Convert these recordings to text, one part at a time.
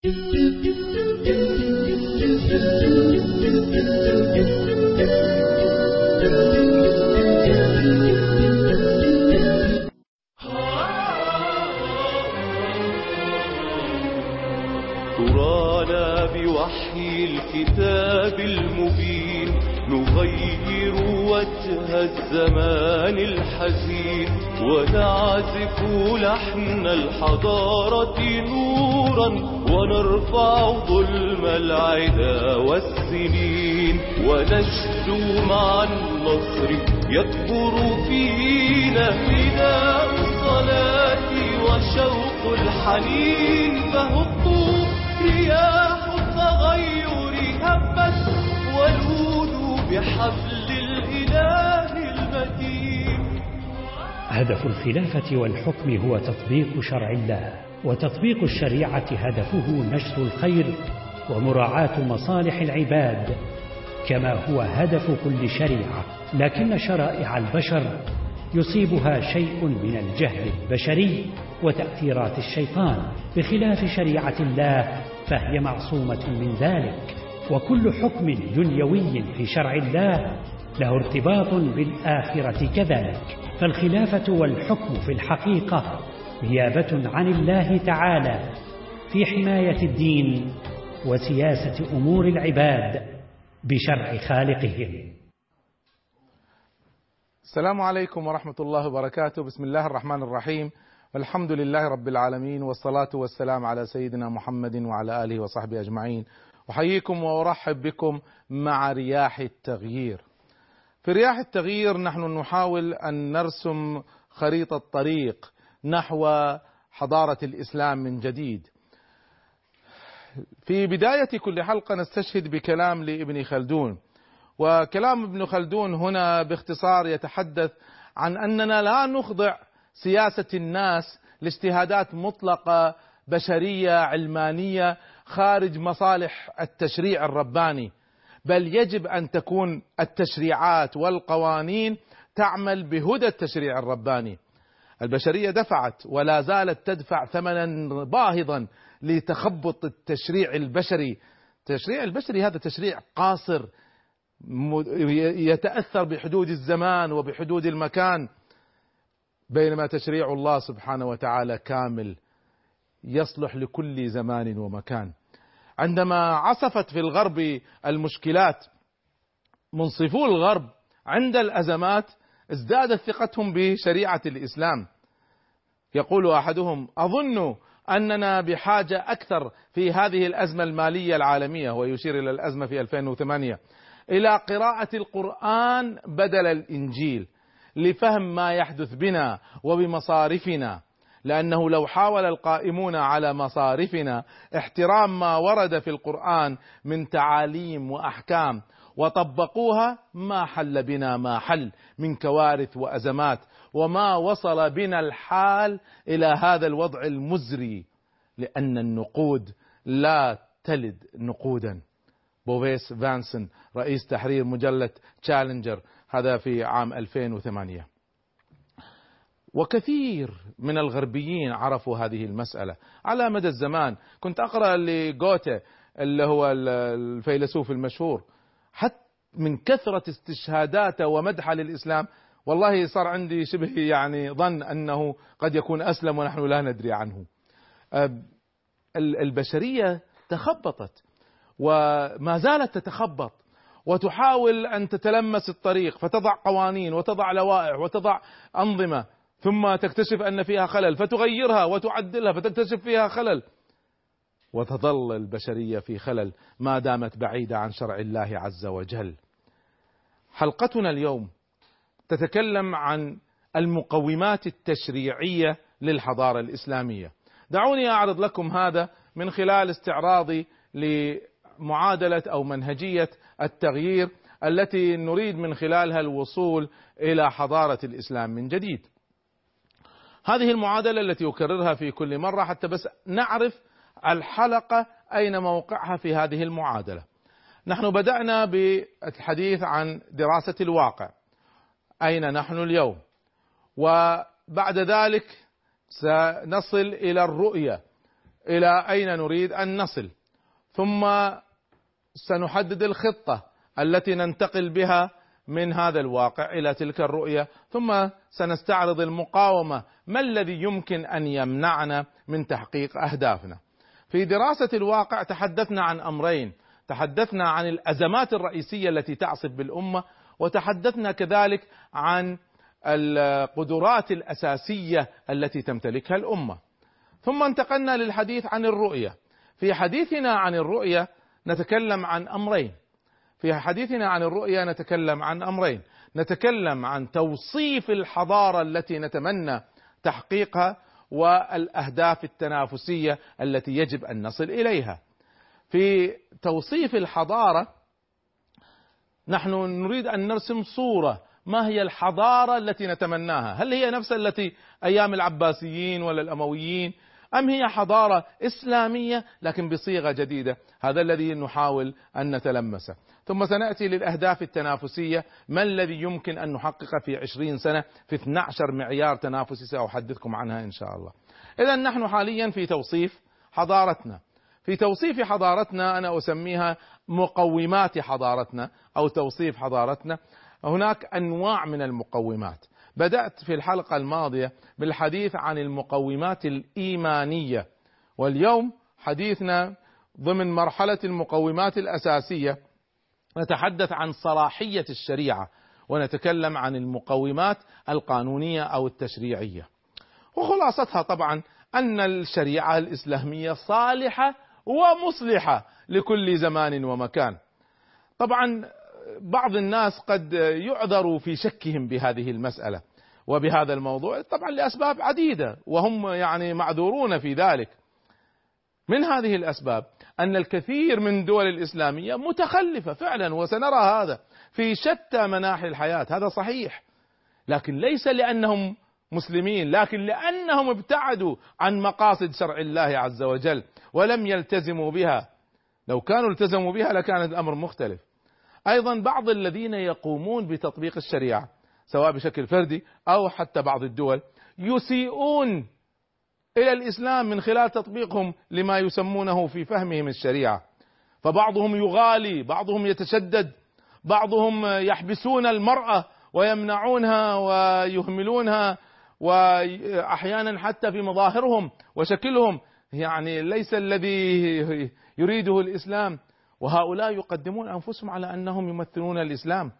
ترانا بوحي الكتاب المبين نغير وجه الزمان الحزين، ونعزف لحن الحضارة نورا، ونرفع ظلم العدا والسنين، ونشدو مع النصر يكبر فينا نداء الصلاة وشوق الحنين. فهبوا رياح التغير هبت، ولودوا بحبل الإله المتين. هدف الخلافة والحكم هو تطبيق شرع الله، وتطبيق الشريعة هدفه نشر الخير ومراعاة مصالح العباد، كما هو هدف كل شريعة. لكن شرائع البشر يصيبها شيء من الجهل البشري وتأثيرات الشيطان، بخلاف شريعة الله فهي معصومة من ذلك. وكل حكم دنيوي في شرع الله له ارتباط بالآخرة كذلك. فالخلافة والحكم في الحقيقة نيابة عن الله تعالى في حماية الدين وسياسة أمور العباد بشرع خالقهم. السلام عليكم ورحمة الله وبركاته. بسم الله الرحمن الرحيم، والحمد لله رب العالمين، والصلاة والسلام على سيدنا محمد وعلى آله وصحبه أجمعين. أحييكم وأرحب بكم مع رياح التغيير. في رياح التغيير نحن نحاول أن نرسم خريطة طريق نحو حضارة الإسلام من جديد. في بداية كل حلقة نستشهد بكلام لابن خلدون، وكلام ابن خلدون هنا باختصار يتحدث عن أننا لا نخضع سياسة الناس لاجتهادات مطلقة بشرية علمانية خارج مصالح التشريع الرباني، بل يجب أن تكون التشريعات والقوانين تعمل بهدى التشريع الرباني. البشرية دفعت ولا زالت تدفع ثمنا باهظا لتخبط التشريع البشري. التشريع البشري هذا تشريع قاصر يتأثر بحدود الزمان وبحدود المكان، بينما تشريع الله سبحانه وتعالى كامل يصلح لكل زمان ومكان. عندما عصفت في الغرب المشكلات، منصفو الغرب عند الأزمات ازدادت ثقتهم بشريعة الإسلام. يقول أحدهم: أظن أننا بحاجة أكثر في هذه الأزمة المالية العالمية، ويشير إلى الأزمة في 2008، إلى قراءة القرآن بدل الإنجيل لفهم ما يحدث بنا وبمصارفنا، لأنه لو حاول القائمون على مصارفنا احترام ما ورد في القرآن من تعاليم وأحكام وطبقوها ما حل بنا ما حل من كوارث وأزمات، وما وصل بنا الحال إلى هذا الوضع المزري، لأن النقود لا تلد نقودا. بوفيس فانسون رئيس تحرير مجلة تشالنجر، هذا في عام 2008. وكثير من الغربيين عرفوا هذه المسألة على مدى الزمان. كنت أقرأ لغوته اللي هو الفيلسوف المشهور، حتى من كثرة استشهاداته ومدحه للإسلام والله صار عندي شبه يعني ظن أنه قد يكون أسلم ونحن لا ندري عنه. البشرية تخبطت وما زالت تتخبط، وتحاول أن تتلمس الطريق، فتضع قوانين وتضع لوائح وتضع أنظمة، ثم تكتشف أن فيها خلل فتغيرها وتعدلها، فتكتشف فيها خلل، وتظل البشرية في خلل ما دامت بعيدة عن شرع الله عز وجل. حلقتنا اليوم تتكلم عن المقومات التشريعية للحضارة الإسلامية. دعوني أعرض لكم هذا من خلال استعراضي لمعادلة أو منهجية التغيير التي نريد من خلالها الوصول إلى حضارة الإسلام من جديد. هذه المعادلة التي أكررها في كل مرة حتى بس نعرف الحلقة أين موقعها في هذه المعادلة. نحن بدأنا بالحديث عن دراسة الواقع، أين نحن اليوم، وبعد ذلك سنصل إلى الرؤية، إلى أين نريد أن نصل، ثم سنحدد الخطة التي ننتقل بها من هذا الواقع إلى تلك الرؤية، ثم سنستعرض المقاومة، ما الذي يمكن أن يمنعنا من تحقيق أهدافنا. في دراسة الواقع تحدثنا عن أمرين، تحدثنا عن الأزمات الرئيسية التي تعصف بالأمة، وتحدثنا كذلك عن القدرات الأساسية التي تمتلكها الأمة. ثم انتقلنا للحديث عن الرؤية. في حديثنا عن الرؤية نتكلم عن أمرين، في حديثنا عن الرؤية نتكلم عن أمرين، نتكلم عن توصيف الحضارة التي نتمنى تحقيقها، والأهداف التنافسية التي يجب أن نصل إليها. في توصيف الحضارة نحن نريد أن نرسم صورة، ما هي الحضارة التي نتمناها؟ هل هي نفس التي أيام العباسيين ولا الأمويين، أم هي حضارة إسلامية لكن بصيغة جديدة؟ هذا الذي نحاول أن نتلمسه. ثم سنأتي للأهداف التنافسية، ما الذي يمكن أن نحققه في 20 سنة في 12 معيار تنافسي سأحدثكم عنها إن شاء الله. إذا نحن حاليا في توصيف حضارتنا. في توصيف حضارتنا أنا أسميها مقومات حضارتنا أو توصيف حضارتنا. هناك أنواع من المقومات. بدأت في الحلقة الماضية بالحديث عن المقومات الإيمانية، واليوم حديثنا ضمن مرحلة المقومات الأساسية نتحدث عن صلاحية الشريعة، ونتكلم عن المقومات القانونية أو التشريعية. وخلاصتها طبعا أن الشريعة الإسلامية صالحة ومصلحة لكل زمان ومكان. طبعا بعض الناس قد يعذروا في شكهم بهذه المسألة وبهذا الموضوع طبعا لأسباب عديدة، وهم يعني معذورون في ذلك. من هذه الأسباب أن الكثير من الدول الإسلامية متخلفة فعلا، وسنرى هذا في شتى مناحي الحياة، هذا صحيح، لكن ليس لأنهم مسلمين، لكن لأنهم ابتعدوا عن مقاصد شرع الله عز وجل ولم يلتزموا بها. لو كانوا التزموا بها لكان الأمر مختلف. أيضا بعض الذين يقومون بتطبيق الشريعة سواء بشكل فردي أو حتى بعض الدول يسيئون إلى الإسلام من خلال تطبيقهم لما يسمونه في فهمهم الشريعة، فبعضهم يغالي، بعضهم يتشدد، بعضهم يحبسون المرأة ويمنعونها ويهملونها، وأحيانا حتى في مظاهرهم وشكلهم يعني ليس الذي يريده الإسلام، وهؤلاء يقدمون أنفسهم على أنهم يمثلون الإسلام.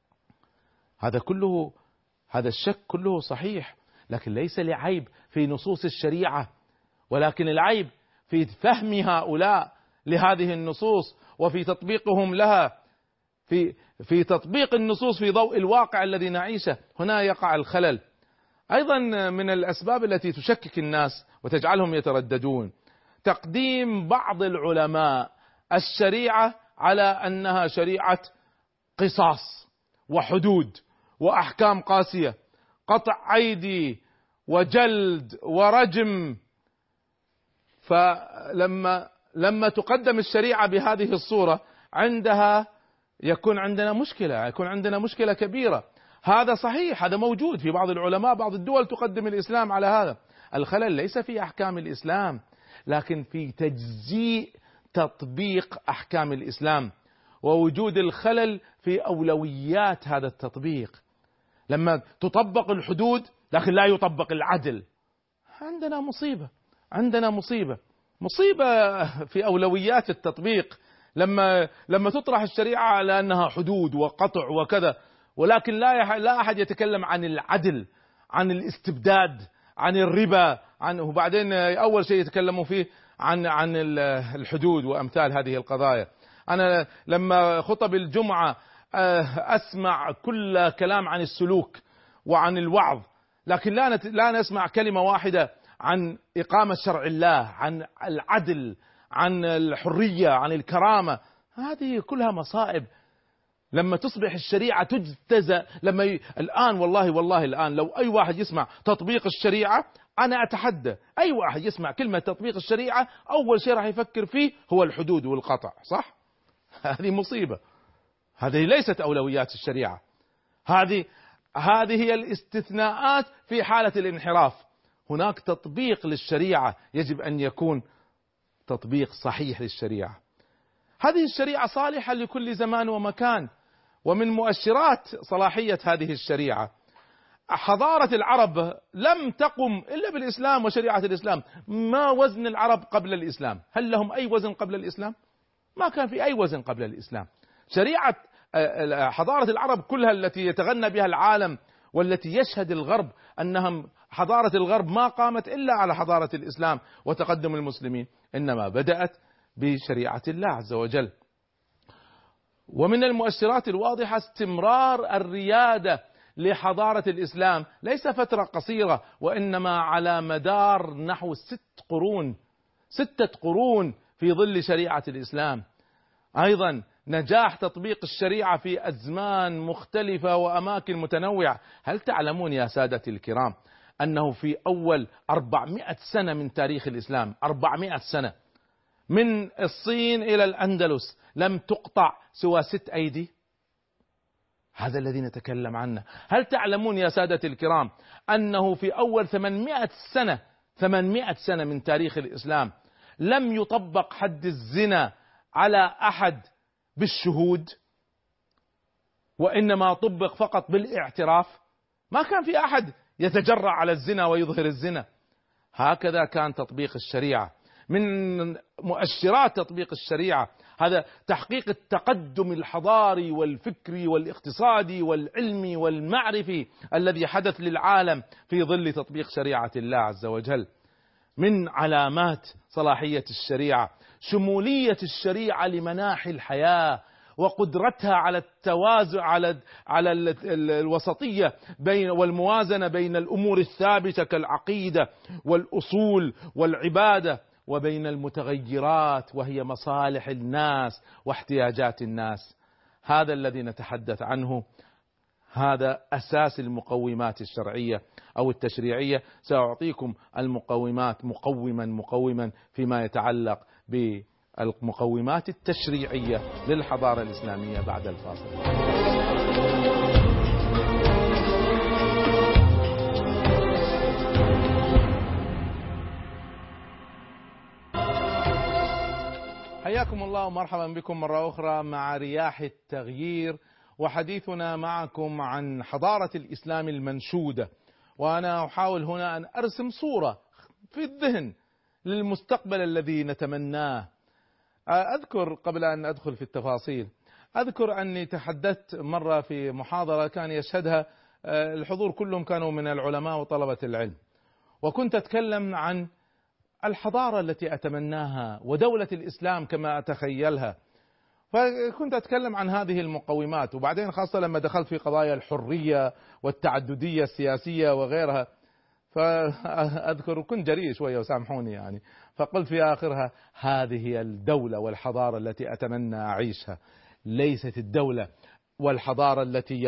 هذا الشك كله صحيح، لكن ليس لعيب في نصوص الشريعة، ولكن العيب في فهم هؤلاء لهذه النصوص وفي تطبيقهم لها، في تطبيق النصوص في ضوء الواقع الذي نعيشه. هنا يقع الخلل. أيضا من الأسباب التي تشكك الناس وتجعلهم يترددون تقديم بعض العلماء الشريعة على أنها شريعة قصاص وحدود وأحكام قاسية، قطع أيدي وجلد ورجم. فلما تقدم الشريعة بهذه الصورة عندها يكون عندنا مشكلة كبيرة. هذا صحيح، هذا موجود في بعض العلماء، بعض الدول تقدم الإسلام على هذا. الخلل ليس في أحكام الإسلام، لكن في تجزيء تطبيق أحكام الإسلام، ووجود الخلل في أولويات هذا التطبيق. لما تطبق الحدود لكن لا يطبق العدل، عندنا مصيبة في أولويات التطبيق. لما تطرح الشريعة على أنها حدود وقطع وكذا، ولكن لا أحد يتكلم عن العدل، عن الاستبداد، عن الربا، وبعدين أول شيء يتكلموا فيه عن الحدود وأمثال هذه القضايا. أنا لما خطب الجمعة أسمع كل كلام عن السلوك وعن الوعظ، لكن لا نسمع كلمة واحدة عن إقامة شرع الله، عن العدل، عن الحرية، عن الكرامة. هذه كلها مصائب. لما تصبح الشريعة تجتزأ، الآن والله الآن لو أي واحد يسمع تطبيق الشريعة، أنا أتحدى أي واحد يسمع كلمة تطبيق الشريعة أول شيء راح يفكر فيه هو الحدود والقطع، صح؟ هذه مصيبة، هذه ليست أولويات الشريعة. هذه هي الاستثناءات في حالة الانحراف. هناك تطبيق للشريعة يجب أن يكون تطبيق صحيح للشريعة. هذه الشريعة صالحة لكل زمان ومكان، ومن مؤشرات صلاحية هذه الشريعة حضارة العرب لم تقم إلا بالإسلام وشريعة الإسلام. ما وزن العرب قبل الإسلام؟ هل لهم أي وزن قبل الإسلام؟ ما كان في أي وزن قبل الإسلام. شريعة حضارة العرب كلها التي يتغنى بها العالم والتي يشهد الغرب أنهم حضارة الغرب ما قامت إلا على حضارة الإسلام وتقدم المسلمين، إنما بدأت بشريعة الله عز وجل. ومن المؤشرات الواضحة استمرار الريادة لحضارة الإسلام، ليس فترة قصيرة وإنما على مدار نحو 6 قرون في ظل شريعة الإسلام. أيضا نجاح تطبيق الشريعة في أزمان مختلفة وأماكن متنوعة. هل تعلمون يا سادتي الكرام أنه في أول 400 سنة من تاريخ الإسلام، 400 سنة من الصين إلى الأندلس، لم تقطع سوى 6 أيدي؟ هذا الذي نتكلم عنه. هل تعلمون يا سادتي الكرام أنه في أول 800 سنة من تاريخ الإسلام لم يطبق حد الزنا على أحد بالشهود، وإنما طبق فقط بالاعتراف؟ ما كان في أحد يتجرأ على الزنا ويظهر الزنا. هكذا كان تطبيق الشريعة. من مؤشرات تطبيق الشريعة هذا تحقيق التقدم الحضاري والفكري والاقتصادي والعلمي والمعرفي الذي حدث للعالم في ظل تطبيق شريعة الله عز وجل. من علامات صلاحية الشريعة شمولية الشريعة لمناحي الحياة وقدرتها على التوازن على الوسطية والموازنة بين الأمور الثابتة كالعقيدة والأصول والعبادة وبين المتغيرات وهي مصالح الناس واحتياجات الناس. هذا الذي نتحدث عنه، هذا أساس المقومات الشرعية أو التشريعية. سأعطيكم المقومات مقوما فيما يتعلق بالمقومات التشريعية للحضارة الإسلامية بعد الفاصل. حياكم الله ومرحبا بكم مرة أخرى مع رياح التغيير، وحديثنا معكم عن حضارة الإسلام المنشودة. وأنا أحاول هنا أن أرسم صورة في الذهن للمستقبل الذي نتمناه. أذكر قبل أن أدخل في التفاصيل، أذكر أني تحدثت مرة في محاضرة كان يشهدها الحضور كلهم كانوا من العلماء وطلبة العلم، وكنت أتكلم عن الحضارة التي أتمناها ودولة الإسلام كما أتخيلها. فكنت أتكلم عن هذه المقومات، وبعدين خاصة لما دخلت في قضايا الحرية والتعددية السياسية وغيرها، فأذكر كنت جريء شوية وسامحوني يعني، فقلت في آخرها هذه هي الدولة والحضارة التي أتمنى أعيشها، ليست الدولة والحضارة التي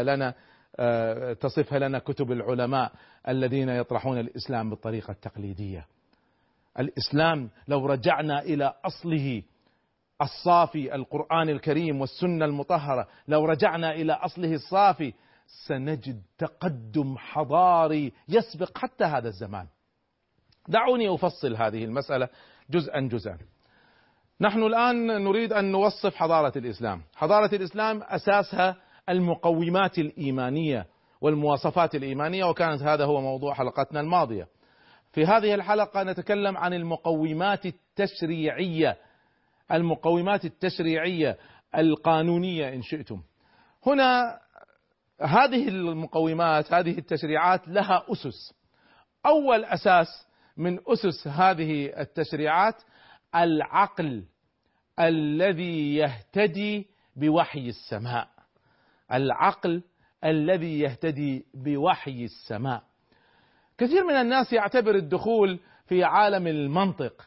تصفها لنا كتب العلماء الذين يطرحون الإسلام بالطريقة التقليدية. الإسلام لو رجعنا إلى أصله الصافي القرآن الكريم والسنة المطهرة، لو رجعنا إلى أصله الصافي سنجد تقدم حضاري يسبق حتى هذا الزمان. دعوني أفصل هذه المسألة جزءا. نحن الآن نريد أن نوصف حضارة الإسلام. حضارة الإسلام أساسها المقومات الإيمانية والمواصفات الإيمانية، وكانت هذا هو موضوع حلقتنا الماضية. في هذه الحلقة نتكلم عن المقومات التشريعية، المقومات التشريعية القانونية إن شئتم. هنا هذه المقومات، هذه التشريعات لها أسس. أول أساس من أسس هذه التشريعات العقل الذي يهتدي بوحي السماء. العقل الذي يهتدي بوحي السماء. كثير من الناس يعتبر الدخول في عالم المنطق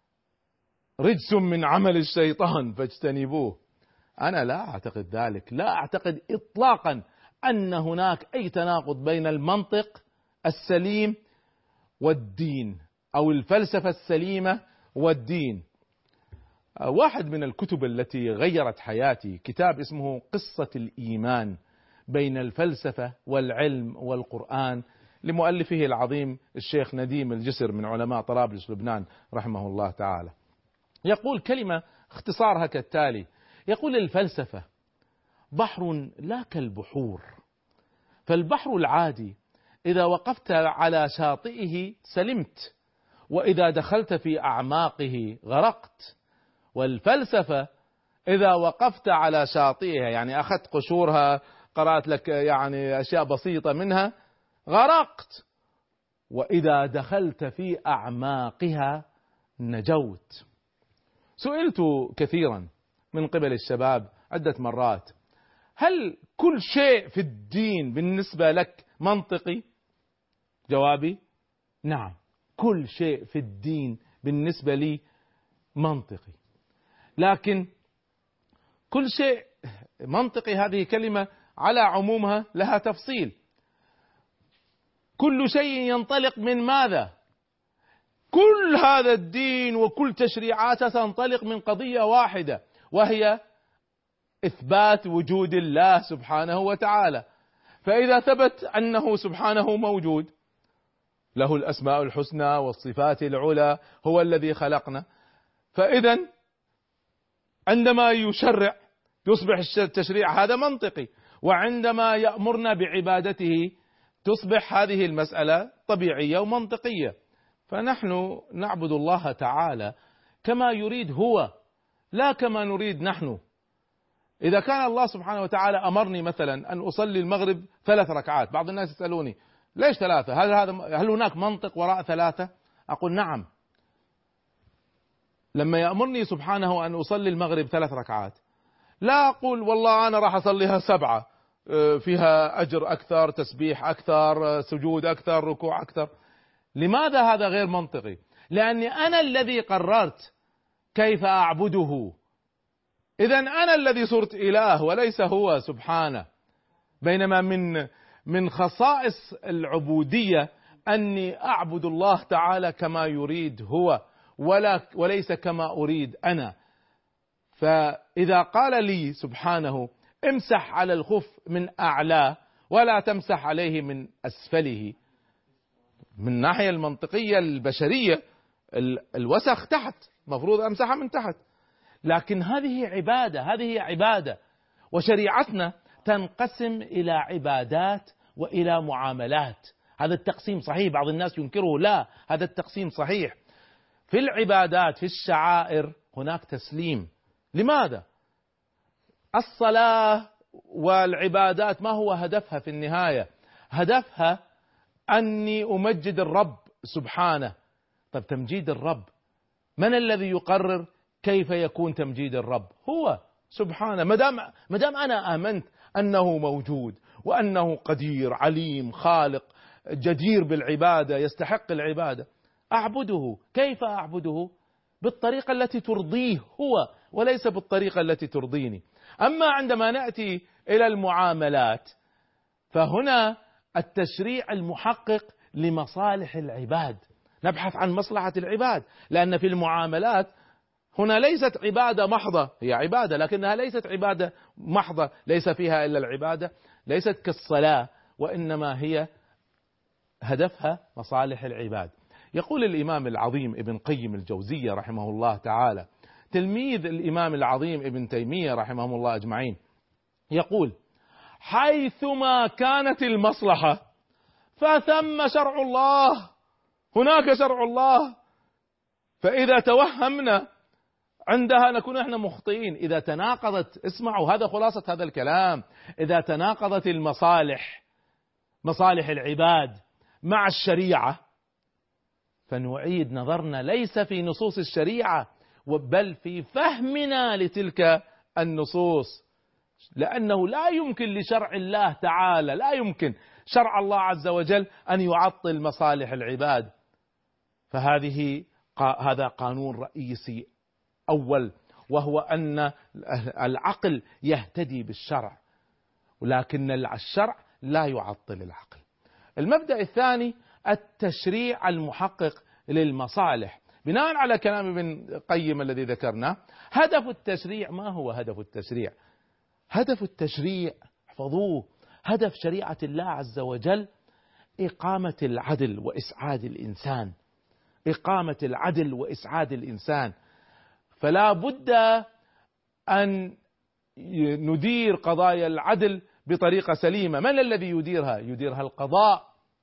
رجس من عمل الشيطان فاجتنبوه. أنا لا أعتقد ذلك، لا أعتقد إطلاقا أن هناك أي تناقض بين المنطق السليم والدين أو الفلسفة السليمة والدين. واحد من الكتب التي غيرت حياتي كتاب اسمه قصة الإيمان بين الفلسفة والعلم والقرآن لمؤلفه العظيم الشيخ نديم الجسر من علماء طرابلس لبنان رحمه الله تعالى. يقول كلمة اختصارها كالتالي: يقول الفلسفة بحر لا كالبحور، فالبحر العادي إذا وقفت على شاطئه سلمت، وإذا دخلت في أعماقه غرقت. والفلسفة إذا وقفت على شاطئها، يعني أخذت قشورها، قرأت لك يعني أشياء بسيطة منها، غرقت، وإذا دخلت في أعماقها نجوت. سئلت كثيرا من قبل الشباب عدة مرات: هل كل شيء في الدين بالنسبة لك منطقي؟ جوابي: نعم، كل شيء في الدين بالنسبة لي منطقي. لكن كل شيء منطقي هذه كلمة على عمومها لها تفصيل. كل شيء ينطلق من ماذا؟ كل هذا الدين وكل تشريعاته تنطلق من قضية واحدة، وهي إثبات وجود الله سبحانه وتعالى. فإذا ثبت أنه سبحانه موجود، له الأسماء الحسنى والصفات العلى، هو الذي خلقنا، فإذا عندما يشرع يصبح التشريع هذا منطقي، وعندما يأمرنا بعبادته تصبح هذه المسألة طبيعية ومنطقية. فنحن نعبد الله تعالى كما يريد هو، لا كما نريد نحن. إذا كان الله سبحانه وتعالى أمرني مثلا أن أصلي المغرب 3 ركعات، بعض الناس يسألوني ليش 3؟ هل هناك منطق وراء 3؟ أقول نعم. لما يأمرني سبحانه أن أصلي المغرب 3 ركعات، لا أقول والله أنا راح أصليها 7 فيها أجر أكثر، تسبيح أكثر، سجود أكثر، ركوع أكثر. لماذا هذا غير منطقي؟ لأني أنا الذي قررت كيف أعبده، إذا أنا الذي صرت إله وليس هو سبحانه. بينما من خصائص العبودية أني أعبد الله تعالى كما يريد هو، وليس كما أريد أنا. فإذا قال لي سبحانه امسح على الخف من أعلاه ولا تمسح عليه من أسفله، من الناحية المنطقية البشرية الوسخ تحت، مفروض أمسحها من تحت، لكن هذه عبادة، وشريعتنا تنقسم إلى عبادات وإلى معاملات. هذا التقسيم صحيح، بعض الناس ينكره، لا، هذا التقسيم صحيح. في العبادات، في الشعائر هناك تسليم. لماذا؟ الصلاة والعبادات ما هو هدفها في النهاية؟ هدفها أني أمجد الرب سبحانه. طب تمجيد الرب من الذي يقرر كيف يكون تمجيد الرب؟ هو سبحانه. مدام أنا آمنت أنه موجود وأنه قدير عليم خالق جدير بالعبادة يستحق العبادة، أعبده. كيف أعبده؟ بالطريقة التي ترضيه هو وليس بالطريقة التي ترضيني. أما عندما نأتي إلى المعاملات فهنا التشريع المحقق لمصالح العباد، نبحث عن مصلحة العباد، لأن في المعاملات هنا ليست عبادة محضة، هي عبادة لكنها ليست عبادة محضة، ليس فيها إلا العبادة، ليست كالصلاة، وإنما هي هدفها مصالح العباد. يقول الإمام العظيم ابن قيم الجوزية رحمه الله تعالى، تلميذ الإمام العظيم ابن تيمية رحمهم الله أجمعين، يقول: حيثما كانت المصلحة فثم شرع الله، هناك شرع الله. فإذا توهمنا عندها نكون احنا مخطئين. إذا تناقضت، اسمعوا هذا خلاصة هذا الكلام، إذا تناقضت المصالح، مصالح العباد مع الشريعة، فنعيد نظرنا ليس في نصوص الشريعة بل في فهمنا لتلك النصوص، لأنه لا يمكن لشرع الله تعالى، لا يمكن شرع الله عز وجل أن يعطل مصالح العباد. هذا قانون رئيسي أول، وهو أن العقل يهتدي بالشرع، ولكن الشرع لا يعطل العقل. المبدأ الثاني التشريع المحقق للمصالح. بناء على كلام ابن قيم الذي ذكرناه، هدف التشريع، ما هو هدف التشريع؟ هدف التشريع، احفظوه، هدف شريعة الله عز وجل إقامة العدل وإسعاد الإنسان، إقامة العدل وإسعاد الإنسان. فلا بد أن ندير قضايا العدل بطريقة سليمة. من الذي يديرها؟ يديرها القضاء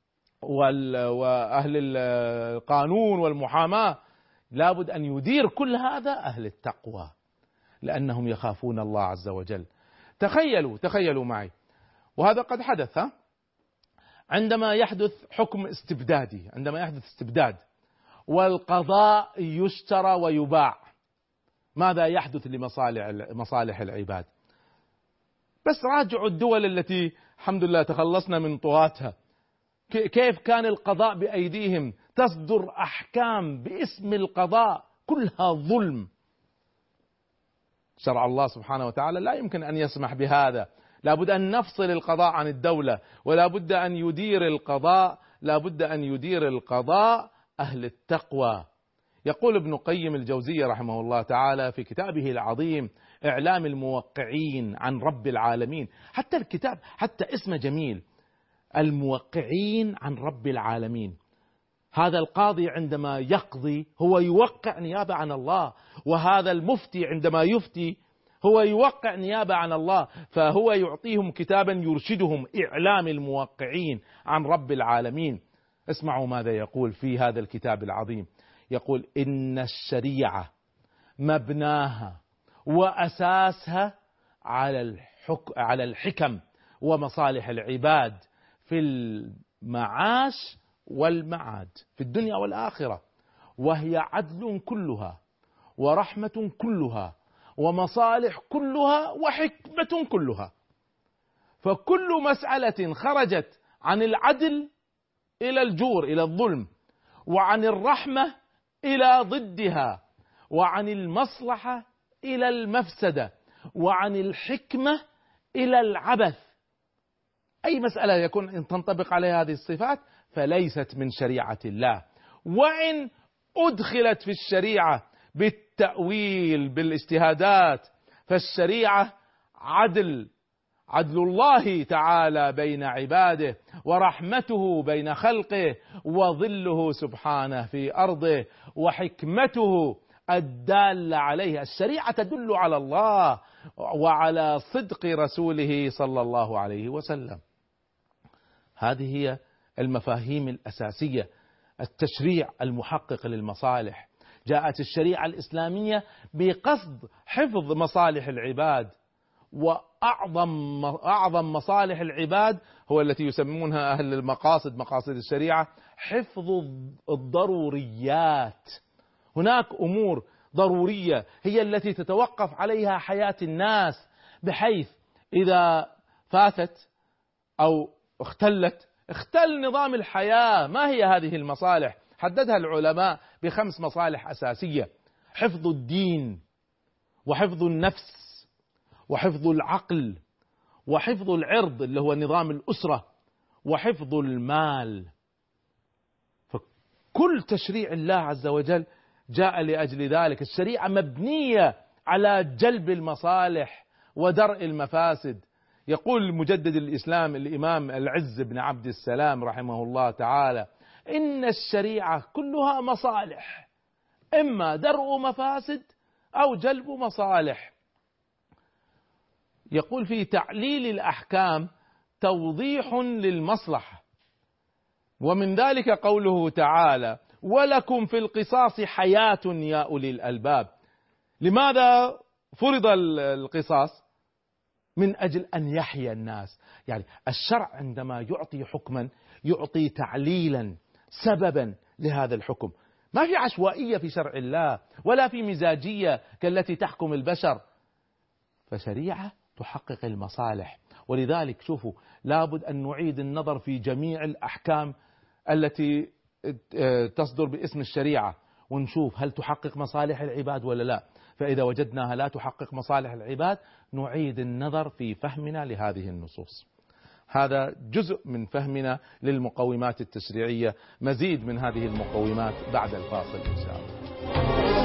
وأهل القانون والمحاماة. لا بد أن يدير كل هذا أهل التقوى، لأنهم يخافون الله عز وجل. تخيلوا معي، وهذا قد حدث عندما يحدث حكم استبدادي، عندما يحدث استبداد والقضاء يشترى ويباع، ماذا يحدث لمصالح العباد؟ بس راجعوا الدول التي الحمد لله تخلصنا من طغاتها، كيف كان القضاء بأيديهم، تصدر أحكام باسم القضاء كلها ظلم. شرع الله سبحانه وتعالى لا يمكن أن يسمح بهذا، لا بد أن نفصل القضاء عن الدولة، ولا بد أن يدير القضاء أهل التقوى. يقول ابن قيم الجوزية رحمه الله تعالى في كتابه العظيم إعلام الموقعين عن رب العالمين، حتى الكتاب حتى اسمه جميل، الموقعين عن رب العالمين. هذا القاضي عندما يقضي هو يوقع نيابة عن الله، وهذا المفتي عندما يفتي هو يوقع نيابة عن الله، فهو يعطيهم كتابا يرشدهم، إعلام الموقعين عن رب العالمين. اسمعوا ماذا يقول في هذا الكتاب العظيم، يقول: إن الشريعة مبناها وأساسها على الحكم ومصالح العباد في المعاش والمعاد، في الدنيا والآخرة، وهي عدل كلها ورحمة كلها ومصالح كلها وحكمة كلها. فكل مسألة خرجت عن العدل إلى الجور، إلى الظلم، وعن الرحمة إلى ضدها، وعن المصلحة إلى المفسدة، وعن الحكمة إلى العبث، أي مسألة يكون إن تنطبق عليها هذه الصفات فليست من شريعة الله. وإن أدخلت في الشريعة بالتأويل بالاجتهادات، فالشريعة عدل الله تعالى بين عباده، ورحمته بين خلقه، وظله سبحانه في أرضه، وحكمته الدالة عليه. الشريعة تدل على الله وعلى صدق رسوله صلى الله عليه وسلم. هذه هي المفاهيم الأساسية، التشريع المحقق للمصالح. جاءت الشريعة الإسلامية بقصد حفظ مصالح العباد، وأعظم مصالح العباد هو التي يسمونها أهل المقاصد، مقاصد الشريعة، حفظ الضروريات. هناك أمور ضرورية هي التي تتوقف عليها حياة الناس، بحيث إذا فاتت أو اختل نظام الحياة. ما هي هذه المصالح؟ حددها العلماء ب5 مصالح أساسية: حفظ الدين، وحفظ النفس، وحفظ العقل، وحفظ العرض اللي هو نظام الأسرة، وحفظ المال. فكل تشريع الله عز وجل جاء لأجل ذلك. الشريعة مبنية على جلب المصالح ودرء المفاسد. يقول مجدد الإسلام الإمام العز بن عبد السلام رحمه الله تعالى: إن الشريعة كلها مصالح، إما درء مفاسد أو جلب مصالح. يقول في تعليل الأحكام توضيح للمصلحة، ومن ذلك قوله تعالى: ولكم في القصاص حياة يا أولي الألباب. لماذا فرض القصاص؟ من أجل أن يحيا الناس. يعني الشرع عندما يعطي حكما يعطي تعليلا، سببا لهذا الحكم. ما في عشوائية في شرع الله، ولا في مزاجية كالتي تحكم البشر، فشريعة تحقق المصالح. ولذلك شوفوا، لابد أن نعيد النظر في جميع الأحكام التي تصدر باسم الشريعة، ونشوف هل تحقق مصالح العباد ولا لا. فإذا وجدناها لا تحقق مصالح العباد نعيد النظر في فهمنا لهذه النصوص. هذا جزء من فهمنا للمقومات التشريعية. مزيد من هذه المقومات بعد الفاصل إن شاء الله.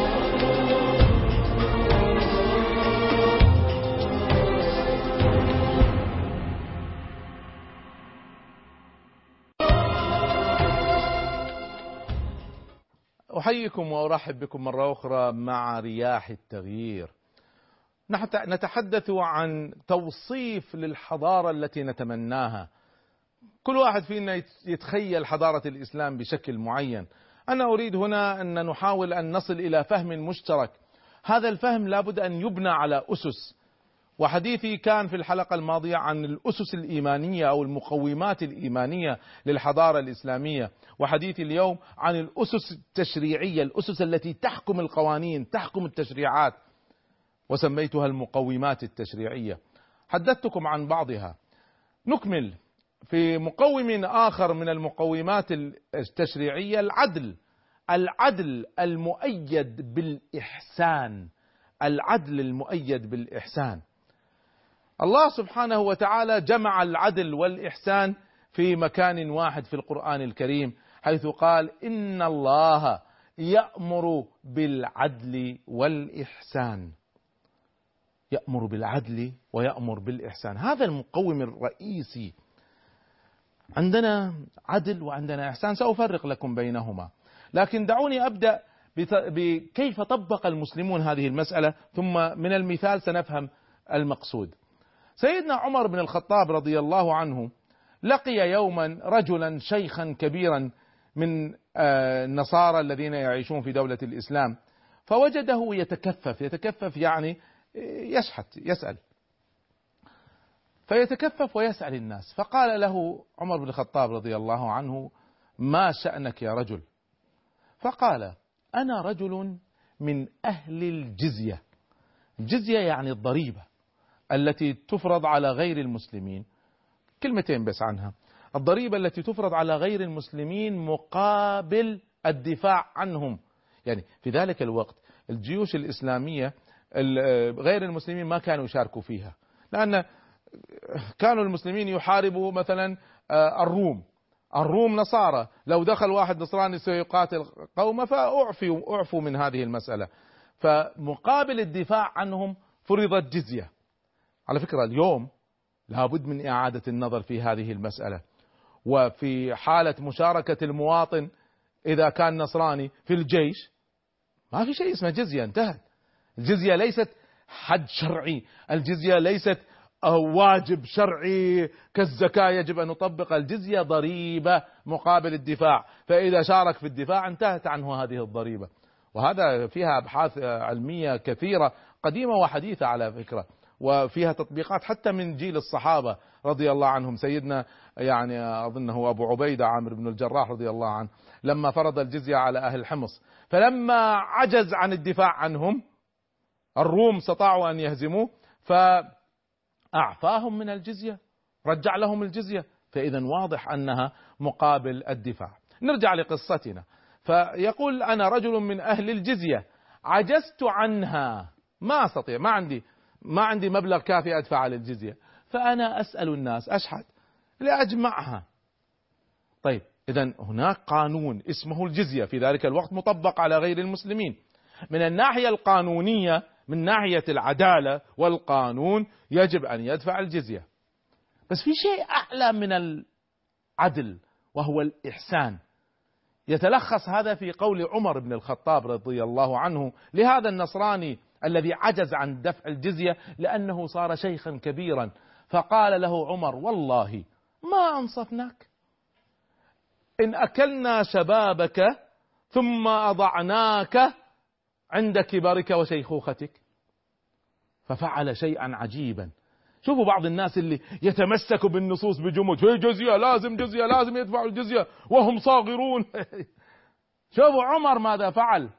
أحييكم وأرحب بكم مرة أخرى مع رياح التغيير. نتحدث عن توصيف للحضارة التي نتمناها. كل واحد فينا يتخيل حضارة الإسلام بشكل معين. أنا أريد هنا أن نحاول أن نصل إلى فهم مشترك. هذا الفهم لابد أن يبنى على أسس، وحديثي كان في الحلقة الماضية عن الأسس الإيمانية أو المقومات الإيمانية للحضارة الإسلامية، وحديثي اليوم عن الأسس التشريعية، الأسس التي تحكم القوانين، تحكم التشريعات، وسميتها المقومات التشريعية. حدثتكم عن بعضها. نكمل في مقوم آخر من المقومات التشريعية، العدل المؤيد بالإحسان. العدل المؤيد بالإحسان. الله سبحانه وتعالى جمع العدل والإحسان في مكان واحد في القرآن الكريم، حيث قال: إن الله يأمر بالعدل والإحسان. يأمر بالعدل ويأمر بالإحسان، هذا المقوم الرئيسي. عندنا عدل وعندنا إحسان، سأفرق لكم بينهما، لكن دعوني أبدأ بكيف طبق المسلمون هذه المسألة، ثم من المثال سنفهم المقصود. سيدنا عمر بن الخطاب رضي الله عنه لقي يوما رجلا شيخا كبيرا من النصارى الذين يعيشون في دولة الإسلام، فوجده يتكفف يعني يشحت، يسأل، فيتكفف ويسأل الناس. فقال له عمر بن الخطاب رضي الله عنه: ما شأنك يا رجل؟ فقال: أنا رجل من أهل الجزية. الجزية يعني الضريبة التي تفرض على غير المسلمين. كلمتين بس عنها. الضريبة التي تفرض على غير المسلمين مقابل الدفاع عنهم. يعني في ذلك الوقت الجيوش الإسلامية غير المسلمين ما كانوا يشاركوا فيها، لأن كانوا المسلمين يحاربوا مثلا الروم نصارى، لو دخل واحد نصراني سيقاتل قومه فأعفوا من هذه المسألة. فمقابل الدفاع عنهم فرضت جزية. على فكرة اليوم لابد من إعادة النظر في هذه المسألة، وفي حالة مشاركة المواطن إذا كان نصراني في الجيش ما في شيء اسمه جزية، انتهت. الجزية ليست حد شرعي، الجزية ليست واجب شرعي كالزكاة يجب أن نطبق. الجزية ضريبة مقابل الدفاع، فإذا شارك في الدفاع انتهت عنه هذه الضريبة. وهذا فيها أبحاث علمية كثيرة قديمة وحديثة على فكرة، وفيها تطبيقات حتى من جيل الصحابة رضي الله عنهم. سيدنا يعني أظنه أبو عبيدة عامر بن الجراح رضي الله عنه لما فرض الجزية على أهل حمص، فلما عجز عن الدفاع عنهم الروم استطاعوا أن يهزموه فأعفاهم من الجزية، رجع لهم الجزية. فإذا واضح أنها مقابل الدفاع. نرجع لقصتنا. فيقول: أنا رجل من أهل الجزية عجزت عنها، ما أستطيع، ما عندي مبلغ كافي أدفع للجزية، فأنا أسأل الناس، أشحت لأجمعها. طيب إذن هناك قانون اسمه الجزية في ذلك الوقت مطبق على غير المسلمين. من الناحية القانونية، من ناحية العدالة والقانون، يجب أن يدفع الجزية. بس في شيء أعلى من العدل وهو الإحسان. يتلخص هذا في قول عمر بن الخطاب رضي الله عنه لهذا النصراني الذي عجز عن دفع الجزية لأنه صار شيخا كبيرا. فقال له عمر: والله ما أنصفناك إن أكلنا شبابك ثم أضعناك عند كبرك وشيخوختك. ففعل شيئا عجيبا. شوفوا بعض الناس اللي يتمسكوا بالنصوص بجمود، في جزية لازم جزية، لازم يدفعوا الجزية وهم صاغرون. شوفوا عمر ماذا فعل.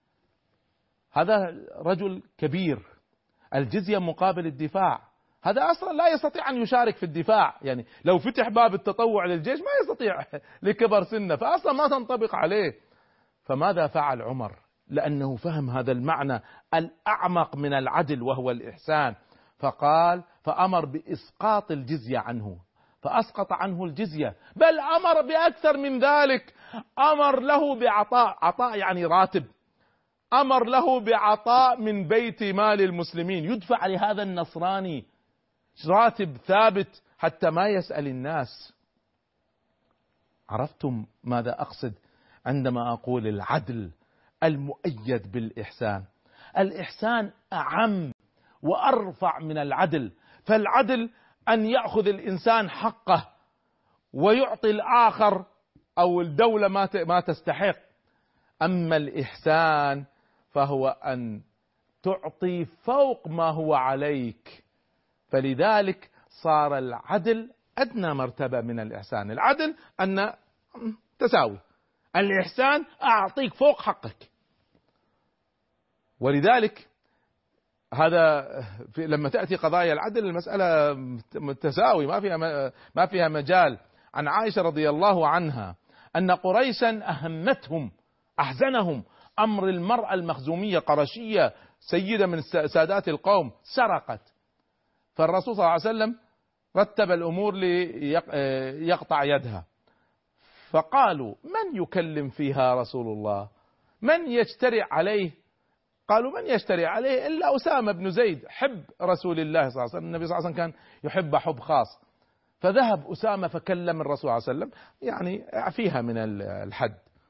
هذا رجل كبير، الجزية مقابل الدفاع. هذا أصلا لا يستطيع أن يشارك في الدفاع، يعني لو فتح باب التطوع للجيش ما يستطيع لكبر سنه، فأصلا ما تنطبق عليه. فماذا فعل عمر؟ لأنه فهم هذا المعنى الأعمق من العدل وهو الإحسان، فأمر بإسقاط الجزية عنه، فأسقط عنه الجزية، بل أمر بأكثر من ذلك، أمر له عطاء يعني راتب، أمر له بعطاء من بيت مال المسلمين يدفع لهذا النصراني راتب ثابت حتى ما يسأل الناس. عرفتم ماذا أقصد عندما أقول العدل المؤيد بالإحسان. الإحسان أعم وأرفع من العدل، فالعدل أن يأخذ الإنسان حقه ويعطي الآخر أو الدولة ما تستحق. أما الإحسان فهو أن تعطي فوق ما هو عليك، فلذلك صار العدل أدنى مرتبة من الإحسان. العدل أن تساوي، الإحسان أعطيك فوق حقك. ولذلك هذا لما تأتي قضايا العدل المسألة تساوي، ما فيها مجال. عن عائشة رضي الله عنها أن قريشا أحزنهم أمر المرأة المخزومية قرشية سيدة من سادات القوم سرقت، فالرسول صلى الله عليه وسلم رتب الأمور ليقطع يدها، فقالوا من يكلم فيها رسول الله؟ من يجترئ عليه؟ قالوا من يجترئ عليه إلا أسامة بن زيد حب رسول الله صلى الله عليه وسلم، النبي صلى الله عليه وسلم كان يحب حب خاص، فذهب أسامة فكلم الرسول صلى الله عليه وسلم يعني فيها من الحد،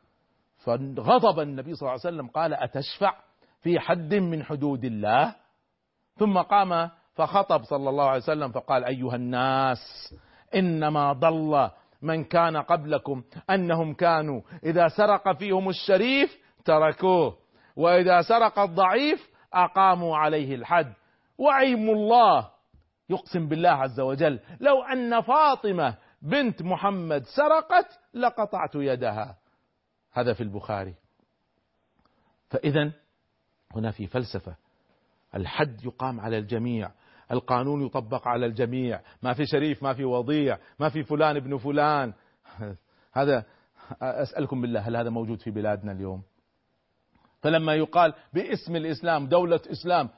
فغضب النبي صلى الله عليه وسلم قال أتشفع في حد من حدود الله؟ ثم قام فخطب صلى الله عليه وسلم فقال أيها الناس إنما ضل من كان قبلكم أنهم كانوا إذا سرق فيهم الشريف تركوه، وإذا سرق الضعيف أقاموا عليه الحد، وأيم الله يقسم بالله عز وجل لو أن فاطمة بنت محمد سرقت لقطعت يدها. هذا في البخاري. فإذا هنا في فلسفة، الحد يقام على الجميع، القانون يطبق على الجميع، ما في شريف ما في وضيع ما في فلان ابن فلان. هذا أسألكم بالله هل هذا موجود في بلادنا اليوم؟ فلما يقال باسم الإسلام دولة إسلام،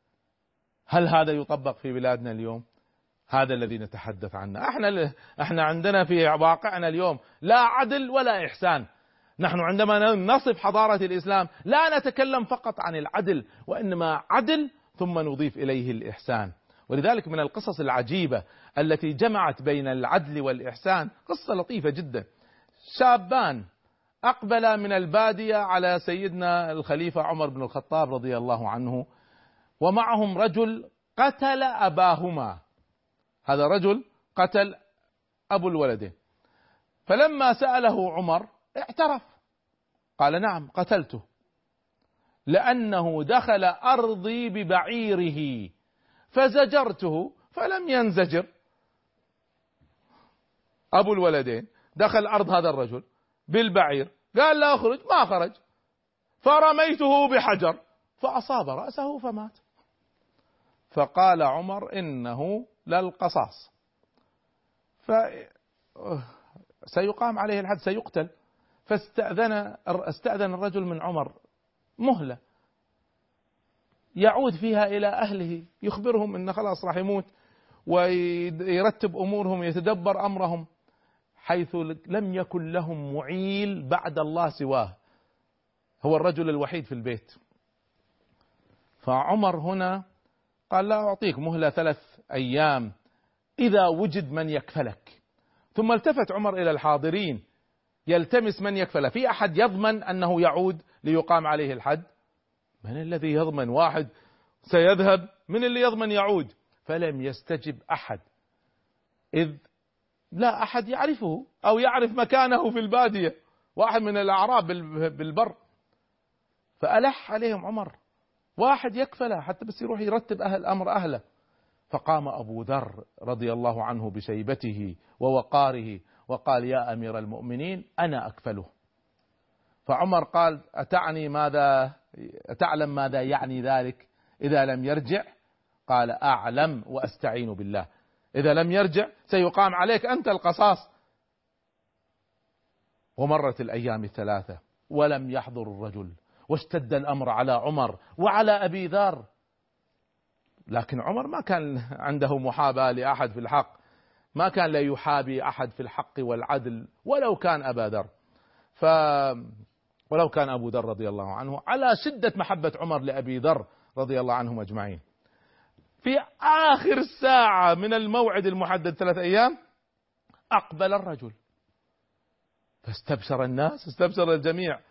هل هذا يطبق في بلادنا اليوم؟ هذا الذي نتحدث عنه. احنا عندنا في واقعنا اليوم لا عدل ولا إحسان. نحن عندما نصف حضارة الإسلام لا نتكلم فقط عن العدل، وإنما عدل ثم نضيف إليه الإحسان. ولذلك من القصص العجيبة التي جمعت بين العدل والإحسان قصة لطيفة جدا. شابان أقبل من البادية على سيدنا الخليفة عمر بن الخطاب رضي الله عنه، ومعهم رجل قتل أباهما. هذا رجل قتل أبو الولدين، فلما سأله عمر اعترف قال نعم قتلته، لأنه دخل أرضي ببعيره فزجرته فلم ينزجر. أبو الولدين دخل أرض هذا الرجل بالبعير، قال لا أخرج ما خرج، فرميته بحجر فأصاب رأسه فمات. فقال عمر إنه للقصاص، فسيقام عليه الحد سيقتل. فاستأذن الرجل من عمر مهلة يعود فيها إلى أهله يخبرهم إن خلاص راح يموت، ويرتب أمورهم يتدبر أمرهم، حيث لم يكن لهم معيل بعد الله سواه، هو الرجل الوحيد في البيت. فعمر هنا قال لا أعطيك مهلة 3 أيام إذا وجد من يكفلك. ثم التفت عمر إلى الحاضرين يلتمس من يكفله، في أحد يضمن أنه يعود ليقام عليه الحد؟ من الذي يضمن؟ واحد سيذهب، من اللي يضمن يعود؟ فلم يستجب أحد، إذ لا أحد يعرفه أو يعرف مكانه في البادية، واحد من الأعراب بالبر. فألح عليهم عمر واحد يكفله حتى بس يروح يرتب أمر أهله. فقام أبو ذر رضي الله عنه بشيبته ووقاره وقال يا أمير المؤمنين أنا أكفله. فعمر قال أتعلم ماذا يعني ذلك إذا لم يرجع؟ قال أعلم وأستعين بالله، إذا لم يرجع سيقام عليك أنت القصاص. ومرت الأيام 3 ولم يحضر الرجل، واشتد الأمر على عمر وعلى أبي ذر، لكن عمر ما كان عنده محاباة لأحد في الحق، ما كان لا يحابي أحد في الحق والعدل ولو كان أبا ذر، ولو كان أبو ذر رضي الله عنه على شدة محبة عمر لأبي ذر رضي الله عنهم أجمعين. في آخر ساعة من الموعد المحدد 3 أيام أقبل الرجل، فاستبشر الناس، استبشر الجميع،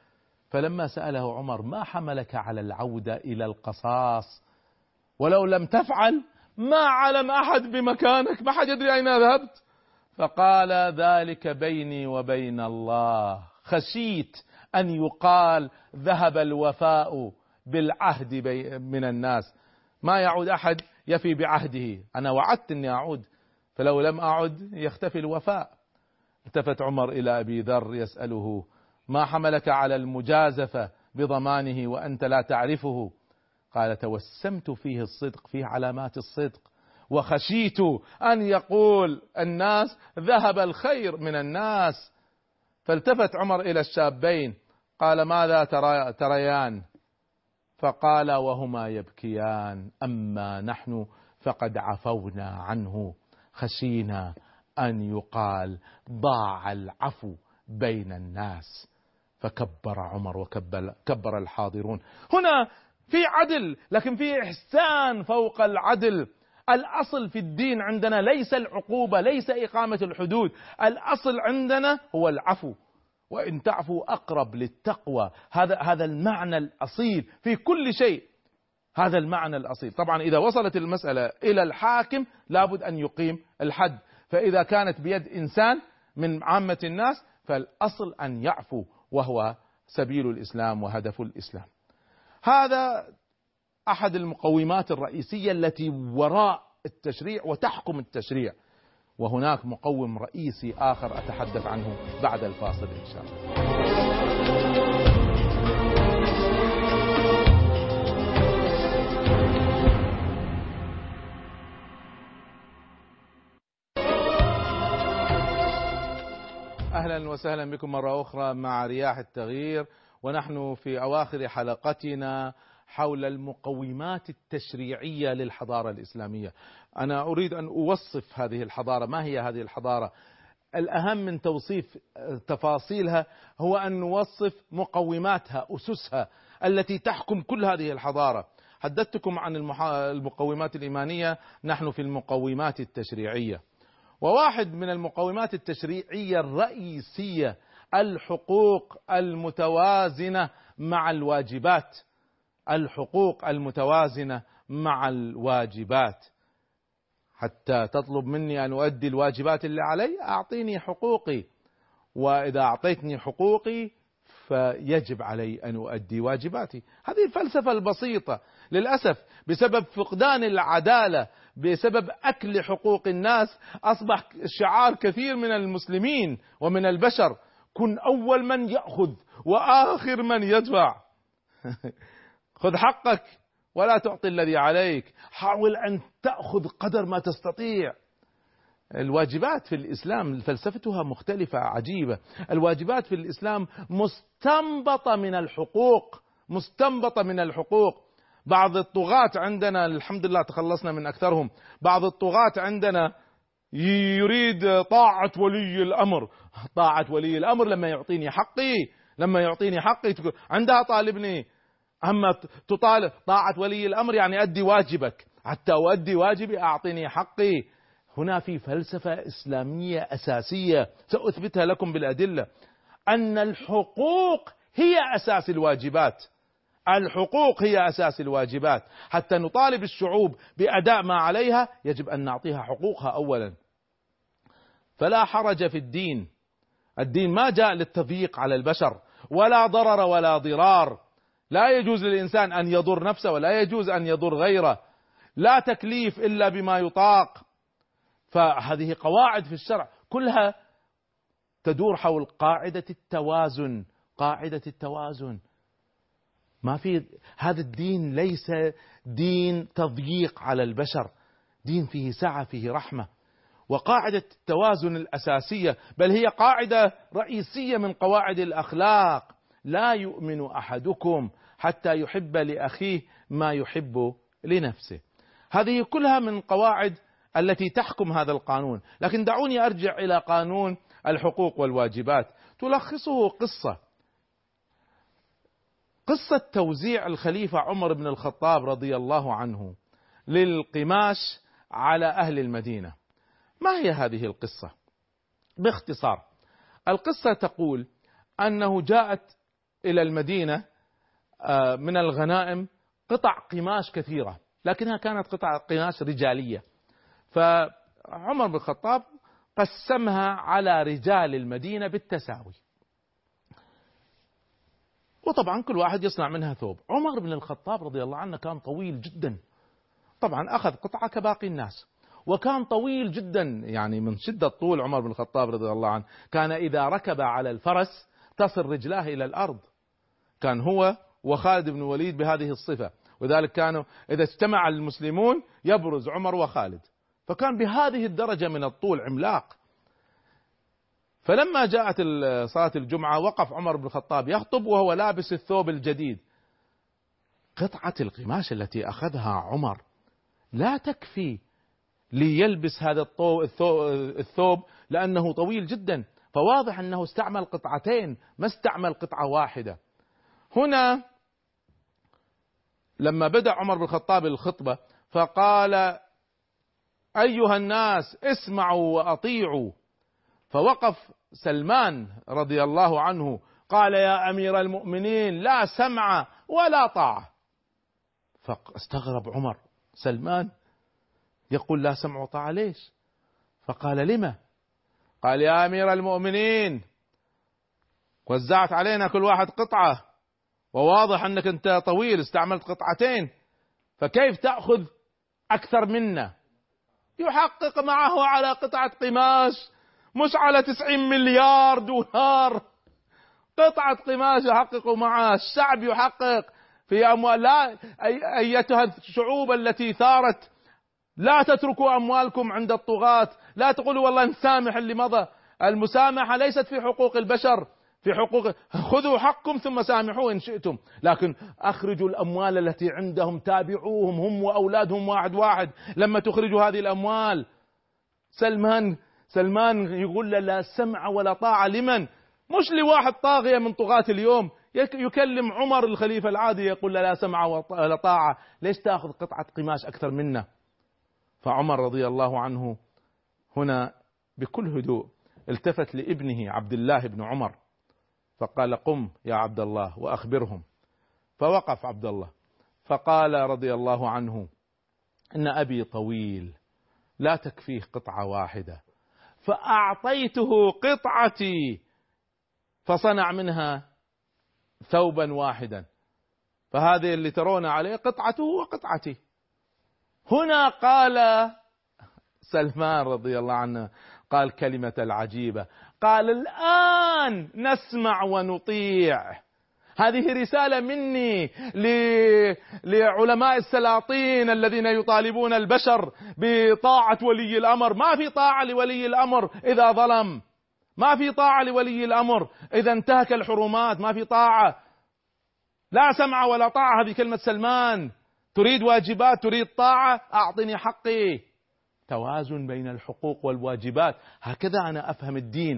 فلما سأله عمر: ما حملك على العودة إلى القصاص؟ ولو لم تفعل ما علم أحد بمكانك، ما حد يدري أين ذهبت. فقال: ذلك بيني وبين الله، خشيت أن يقال ذهب الوفاء بالعهد من الناس، ما يعود أحد يفي بعهده، أنا وعدت أني أعود، فلو لم أعد يختفي الوفاء. التفت عمر إلى أبي ذر يسأله: ما حملك على المجازفة بضمانه وأنت لا تعرفه؟ قال: توسمت فيه الصدق، فيه علامات الصدق، وخشيت أن يقول الناس ذهب الخير من الناس. فالتفت عمر إلى الشابين قال: ماذا تريان؟ فقال وهما يبكيان: أما نحن فقد عفونا عنه، خشينا أن يقال ضاع العفو بين الناس. فكبر عمر وكبر الحاضرون. هنا في عدل، لكن في إحسان فوق العدل. الأصل في الدين عندنا ليس العقوبة، ليس إقامة الحدود، الأصل عندنا هو العفو، وإن تعفوا أقرب للتقوى. هذا المعنى الأصيل في كل شيء، هذا المعنى الأصيل. طبعا إذا وصلت المسألة إلى الحاكم لابد أن يقيم الحد، فإذا كانت بيد إنسان من عامة الناس فالأصل أن يعفو، وهو سبيل الإسلام وهدف الإسلام. هذا أحد المقومات الرئيسية التي وراء التشريع وتحكم التشريع، وهناك مقوم رئيسي آخر أتحدث عنه بعد الفاصل إن شاء الله. أهلا وسهلا بكم مرة أخرى مع رياح التغيير، ونحن في أواخر حلقتنا حول المقومات التشريعية للحضارة الإسلامية. أنا أريد أن أوصف هذه الحضارة. ما هي هذه الحضارة؟ الأهم من توصيف تفاصيلها هو أن نوصف مقوماتها، أسسها التي تحكم كل هذه الحضارة. حدثتكم عن المقومات الإيمانية، نحن في المقومات التشريعية. وواحد من المقومات التشريعية الرئيسية الحقوق المتوازنة مع الواجبات. الحقوق المتوازنة مع الواجبات. حتى تطلب مني أن أؤدي الواجبات اللي علي، أعطيني حقوقي، وإذا أعطيتني حقوقي فيجب علي أن أؤدي واجباتي. هذه الفلسفة البسيطة. للأسف بسبب فقدان العدالة، بسبب أكل حقوق الناس، أصبح شعار كثير من المسلمين ومن البشر: كن أول من يأخذ وآخر من يدفع. خذ حقك ولا تعطي الذي عليك، حاول أن تأخذ قدر ما تستطيع. الواجبات في الإسلام فلسفتها مختلفة عجيبة. الواجبات في الإسلام مستنبطة من الحقوق، مستنبطة من الحقوق. بعض الطغاة عندنا، الحمد لله تخلصنا من أكثرهم، بعض الطغاة عندنا يريد طاعة ولي الأمر. طاعة ولي الأمر لما يعطيني حقي، لما يعطيني حقي عندها طالبني. أما تطالب طاعة ولي الأمر يعني أدي واجبك، حتى أؤدي واجبي أعطيني حقي. هنا في فلسفة إسلامية أساسية سأثبتها لكم بالأدلة، أن الحقوق هي أساس الواجبات. الحقوق هي أساس الواجبات. حتى نطالب الشعوب بأداء ما عليها يجب أن نعطيها حقوقها أولا. فلا حرج في الدين. الدين ما جاء للتضييق على البشر، ولا ضرر ولا ضرار. لا يجوز للإنسان أن يضر نفسه ولا يجوز أن يضر غيره. لا تكليف إلا بما يطاق. فهذه قواعد في الشرع كلها تدور حول قاعدة التوازن. قاعدة التوازن. ما في، هذا الدين ليس دين تضييق على البشر، دين فيه سعة، فيه رحمة. وقاعدة التوازن الأساسية، بل هي قاعدة رئيسية من قواعد الأخلاق: لا يؤمن أحدكم حتى يحب لأخيه ما يحب لنفسه. هذه كلها من قواعد التي تحكم هذا القانون. لكن دعوني أرجع إلى قانون الحقوق والواجبات. تلخصه قصة توزيع الخليفة عمر بن الخطاب رضي الله عنه للقماش على أهل المدينة. ما هي هذه القصة؟ باختصار، القصة تقول أنه جاءت إلى المدينة من الغنائم قطع قماش كثيرة، لكنها كانت قطع قماش رجالية، فعمر بن الخطاب قسمها على رجال المدينة بالتساوي، وطبعا كل واحد يصنع منها ثوب. عمر بن الخطاب رضي الله عنه كان طويل جدا، طبعا أخذ قطعة كباقي الناس، وكان طويل جدا، يعني من شدة طول عمر بن الخطاب رضي الله عنه كان إذا ركب على الفرس تصل رجلاه إلى الأرض. كان هو وخالد بن الوليد بهذه الصفة، وذلك كانوا إذا اجتمع المسلمون يبرز عمر وخالد، فكان بهذه الدرجة من الطول، عملاق. فلما جاءت صلاة الجمعة وقف عمر بن الخطاب يخطب وهو لابس الثوب الجديد. قطعة القماش التي أخذها عمر لا تكفي ليلبس هذا الثوب لأنه طويل جدا، فواضح أنه استعمل قطعتين ما استعمل قطعة واحدة. هنا لما بدأ عمر بن الخطاب الخطبة فقال: أيها الناس اسمعوا وأطيعوا. فوقف سلمان رضي الله عنه قال: يا أمير المؤمنين لا سمع ولا طاعة. فاستغرب عمر، سلمان يقول لا سمع وطاعة ليش؟ فقال: لما؟ قال: يا أمير المؤمنين وزعت علينا كل واحد قطعة، وواضح أنك أنت طويل استعملت قطعتين، فكيف تأخذ أكثر منا؟ يحقق معه على قطعة قماش مش على 90 مليار دولار، قطعة قماش يحقق معها. الشعب يحقق في أموال. لا أيتها الشعوب التي ثارت، لا تتركوا أموالكم عند الطغاة، لا تقولوا والله نسامح اللي مضى. المسامحة ليست في حقوق البشر، في حقوق، خذوا حقكم ثم سامحوا إن شئتم، لكن أخرجوا الأموال التي عندهم، تابعوهم هم وأولادهم واحد واحد لما تخرجوا هذه الأموال. سلمان يقول لا سمع ولا طاعة لمن؟ مش لواحد طاغية من طغاة اليوم يكلم عمر الخليفة العادي يقول لا سمع ولا طاعة، ليش تأخذ قطعة قماش أكثر منا؟ فعمر رضي الله عنه هنا بكل هدوء التفت لابنه عبد الله بن عمر فقال: قم يا عبد الله وأخبرهم. فوقف عبد الله فقال رضي الله عنه: إن أبي طويل لا تكفيه قطعة واحدة، فأعطيته قطعتي فصنع منها ثوبا واحدا، فهذه اللي ترون عليه قطعته وقطعتي. هنا قال سلمان رضي الله عنه قال كلمة العجيبة، قال: الآن نسمع ونطيع. هذه رسالة مني لعلماء السلاطين الذين يطالبون البشر بطاعة ولي الأمر. ما في طاعة لولي الأمر إذا ظلم، ما في طاعة لولي الأمر إذا انتهك الحرمات، ما في طاعة. لا سمع ولا طاعة، هذه كلمة سلمان. تريد واجبات، تريد طاعة، أعطني حقي. توازن بين الحقوق والواجبات، هكذا أنا أفهم الدين،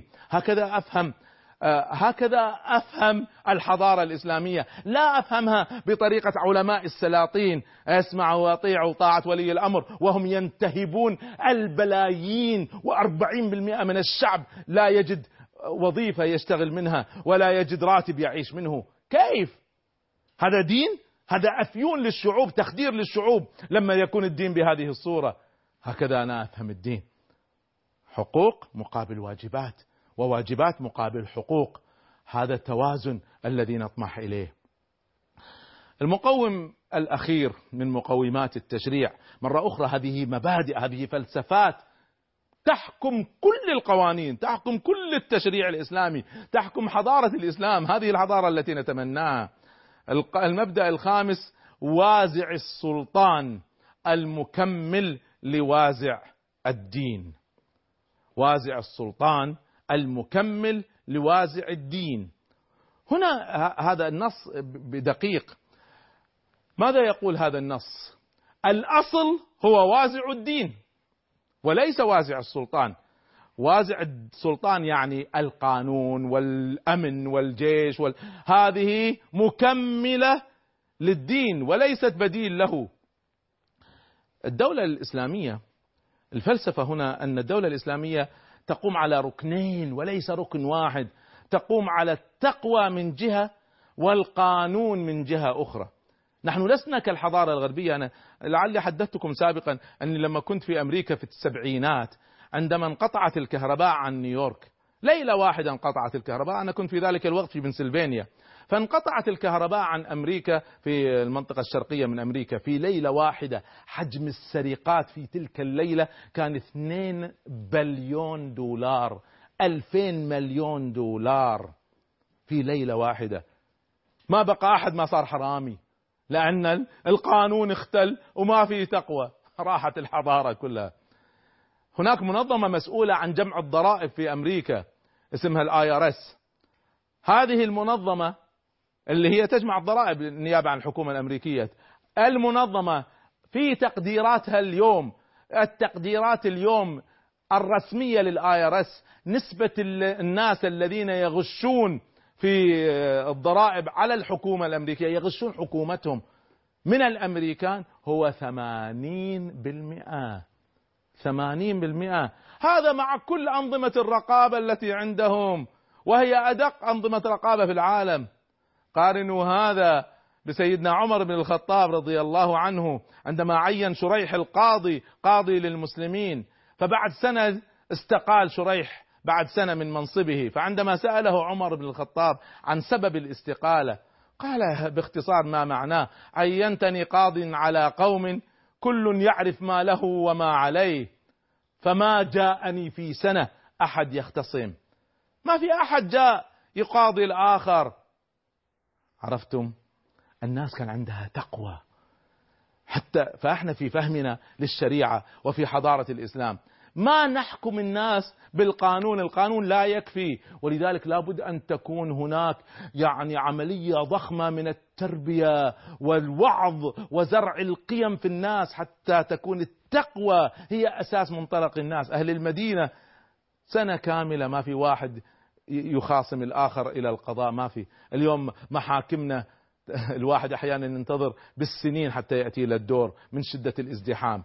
هكذا أفهم الحضارة الإسلامية، لا أفهمها بطريقة علماء السلاطين: اسمعوا واطيعوا طاعة ولي الأمر، وهم ينتهبون البلايين، و40% من الشعب لا يجد وظيفة يشتغل منها ولا يجد راتب يعيش منه. كيف؟ هذا دين؟ هذا أفيون للشعوب، تخدير للشعوب لما يكون الدين بهذه الصورة. هكذا أنا أفهم الدين: حقوق مقابل واجبات، وواجبات مقابل حقوق. هذا التوازن الذي نطمح إليه. المقوم الأخير من مقومات التشريع، مرة أخرى هذه مبادئ، هذه فلسفات تحكم كل القوانين، تحكم كل التشريع الإسلامي، تحكم حضارة الإسلام، هذه الحضارة التي نتمناها. المبدأ الخامس: وازع السلطان المكمل لوازع الدين. وازع السلطان المكمل لوازع الدين. هنا هذا النص بدقيق. ماذا يقول هذا النص؟ الأصل هو وازع الدين وليس وازع السلطان. وازع السلطان يعني القانون والأمن والجيش هذه مكملة للدين وليست بديل له. الدولة الإسلامية، الفلسفة هنا أن الدولة الإسلامية تقوم على ركنين وليس ركن واحد، تقوم على التقوى من جهة والقانون من جهة أخرى. نحن لسنا كالحضارة الغربية. أنا لعلي حدثتكم سابقا أني لما كنت في أمريكا في السبعينات عندما انقطعت الكهرباء عن نيويورك، ليلة واحدة انقطعت الكهرباء، أنا كنت في ذلك الوقت في بنسلفانيا، فانقطعت الكهرباء عن أمريكا في المنطقة الشرقية من أمريكا في ليلة واحدة. حجم السرقات في تلك الليلة كان 2 بليون دولار، 2000 مليون دولار في ليلة واحدة. ما بقى أحد ما صار حرامي، لأن القانون اختل وما في تقوى، راحت الحضارة كلها. هناك منظمة مسؤولة عن جمع الضرائب في أمريكا اسمها الIRS. هذه المنظمة اللي هي تجمع الضرائب نيابة عن الحكومة الأمريكية، المنظمة في تقديراتها اليوم، التقديرات اليوم الرسمية للIRS، نسبة الناس الذين يغشون في الضرائب على الحكومة الأمريكية، يغشون حكومتهم من الأمريكان، هو 80%. 80%. هذا مع كل أنظمة الرقابة التي عندهم، وهي أدق أنظمة رقابة في العالم. قارنوا هذا بسيدنا عمر بن الخطاب رضي الله عنه عندما عين شريح القاضي قاضي للمسلمين، فبعد سنة استقال شريح بعد سنة من منصبه. فعندما سأله عمر بن الخطاب عن سبب الاستقالة قال باختصار ما معناه: عينتني قاض على قوم كل يعرف ما له وما عليه، فما جاءني في سنة أحد يختصم، ما في أحد جاء يقاضي الآخر. عرفتم؟ الناس كان عندها تقوى. حتى فإحنا في فهمنا للشريعة وفي حضارة الإسلام ما نحكم الناس بالقانون، القانون لا يكفي، ولذلك لابد أن تكون هناك عملية ضخمة من التربية والوعظ وزرع القيم في الناس حتى تكون التقوى هي أساس منطلق الناس. أهل المدينة سنة كاملة ما في واحد يخاصم الآخر إلى القضاء، ما في. اليوم محاكمنا الواحد أحيانا ينتظر بالسنين حتى يأتي إلى الدور من شدة الازدحام.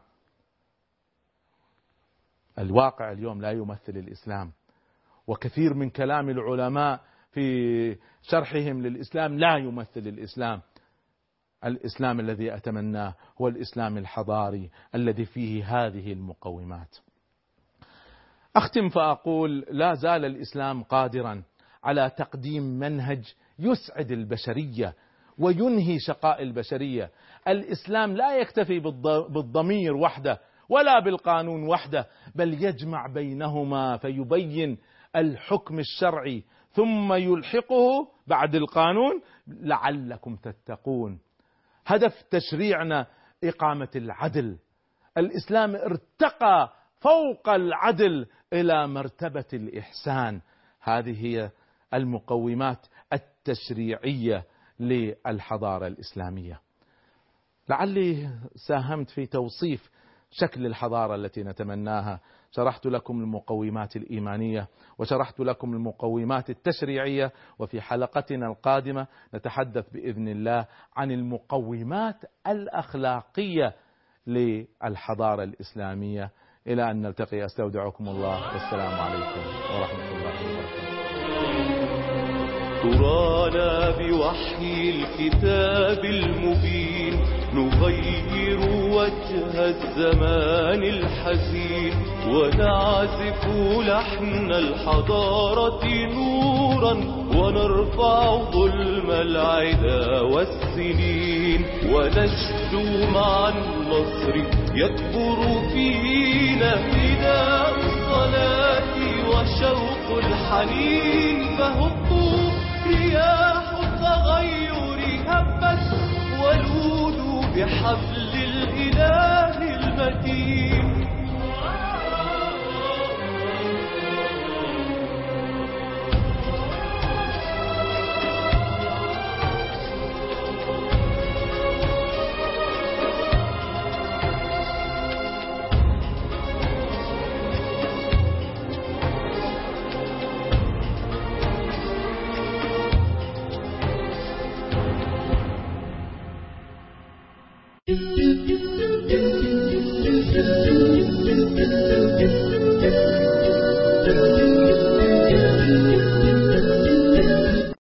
الواقع اليوم لا يمثل الإسلام، وكثير من كلام العلماء في شرحهم للإسلام لا يمثل الإسلام. الإسلام الذي أتمناه هو الإسلام الحضاري الذي فيه هذه المقومات. أختم فأقول: لا زال الإسلام قادرا على تقديم منهج يسعد البشرية وينهي شقاء البشرية. الإسلام لا يكتفي بالضمير وحده ولا بالقانون وحده، بل يجمع بينهما فيبين الحكم الشرعي ثم يلحقه بعد القانون لعلكم تتقون. هدف تشريعنا إقامة العدل. الإسلام ارتقى فوق العدل إلى مرتبة الإحسان. هذه هي المقومات التشريعية للحضارة الإسلامية. لعلي ساهمت في توصيف شكل الحضارة التي نتمناها. شرحت لكم المقومات الإيمانية وشرحت لكم المقومات التشريعية، وفي حلقتنا القادمة نتحدث بإذن الله عن المقومات الأخلاقية للحضارة الإسلامية. إلى أن نلتقي أستودعكم الله، والسلام عليكم ورحمة الله وبركاته. ترانا بوحي الكتاب المبين نغير وجه الزمان الحزين، ونعزف لحن الحضارة نورا، ونرفع ظلم العدا والسنين، ونشدو مع النصر يكبر فينا فداء الصلاة وشوق الحنين. فهبوا رياح التغير هبت، ولودوا بحبل الإله المتين. do do do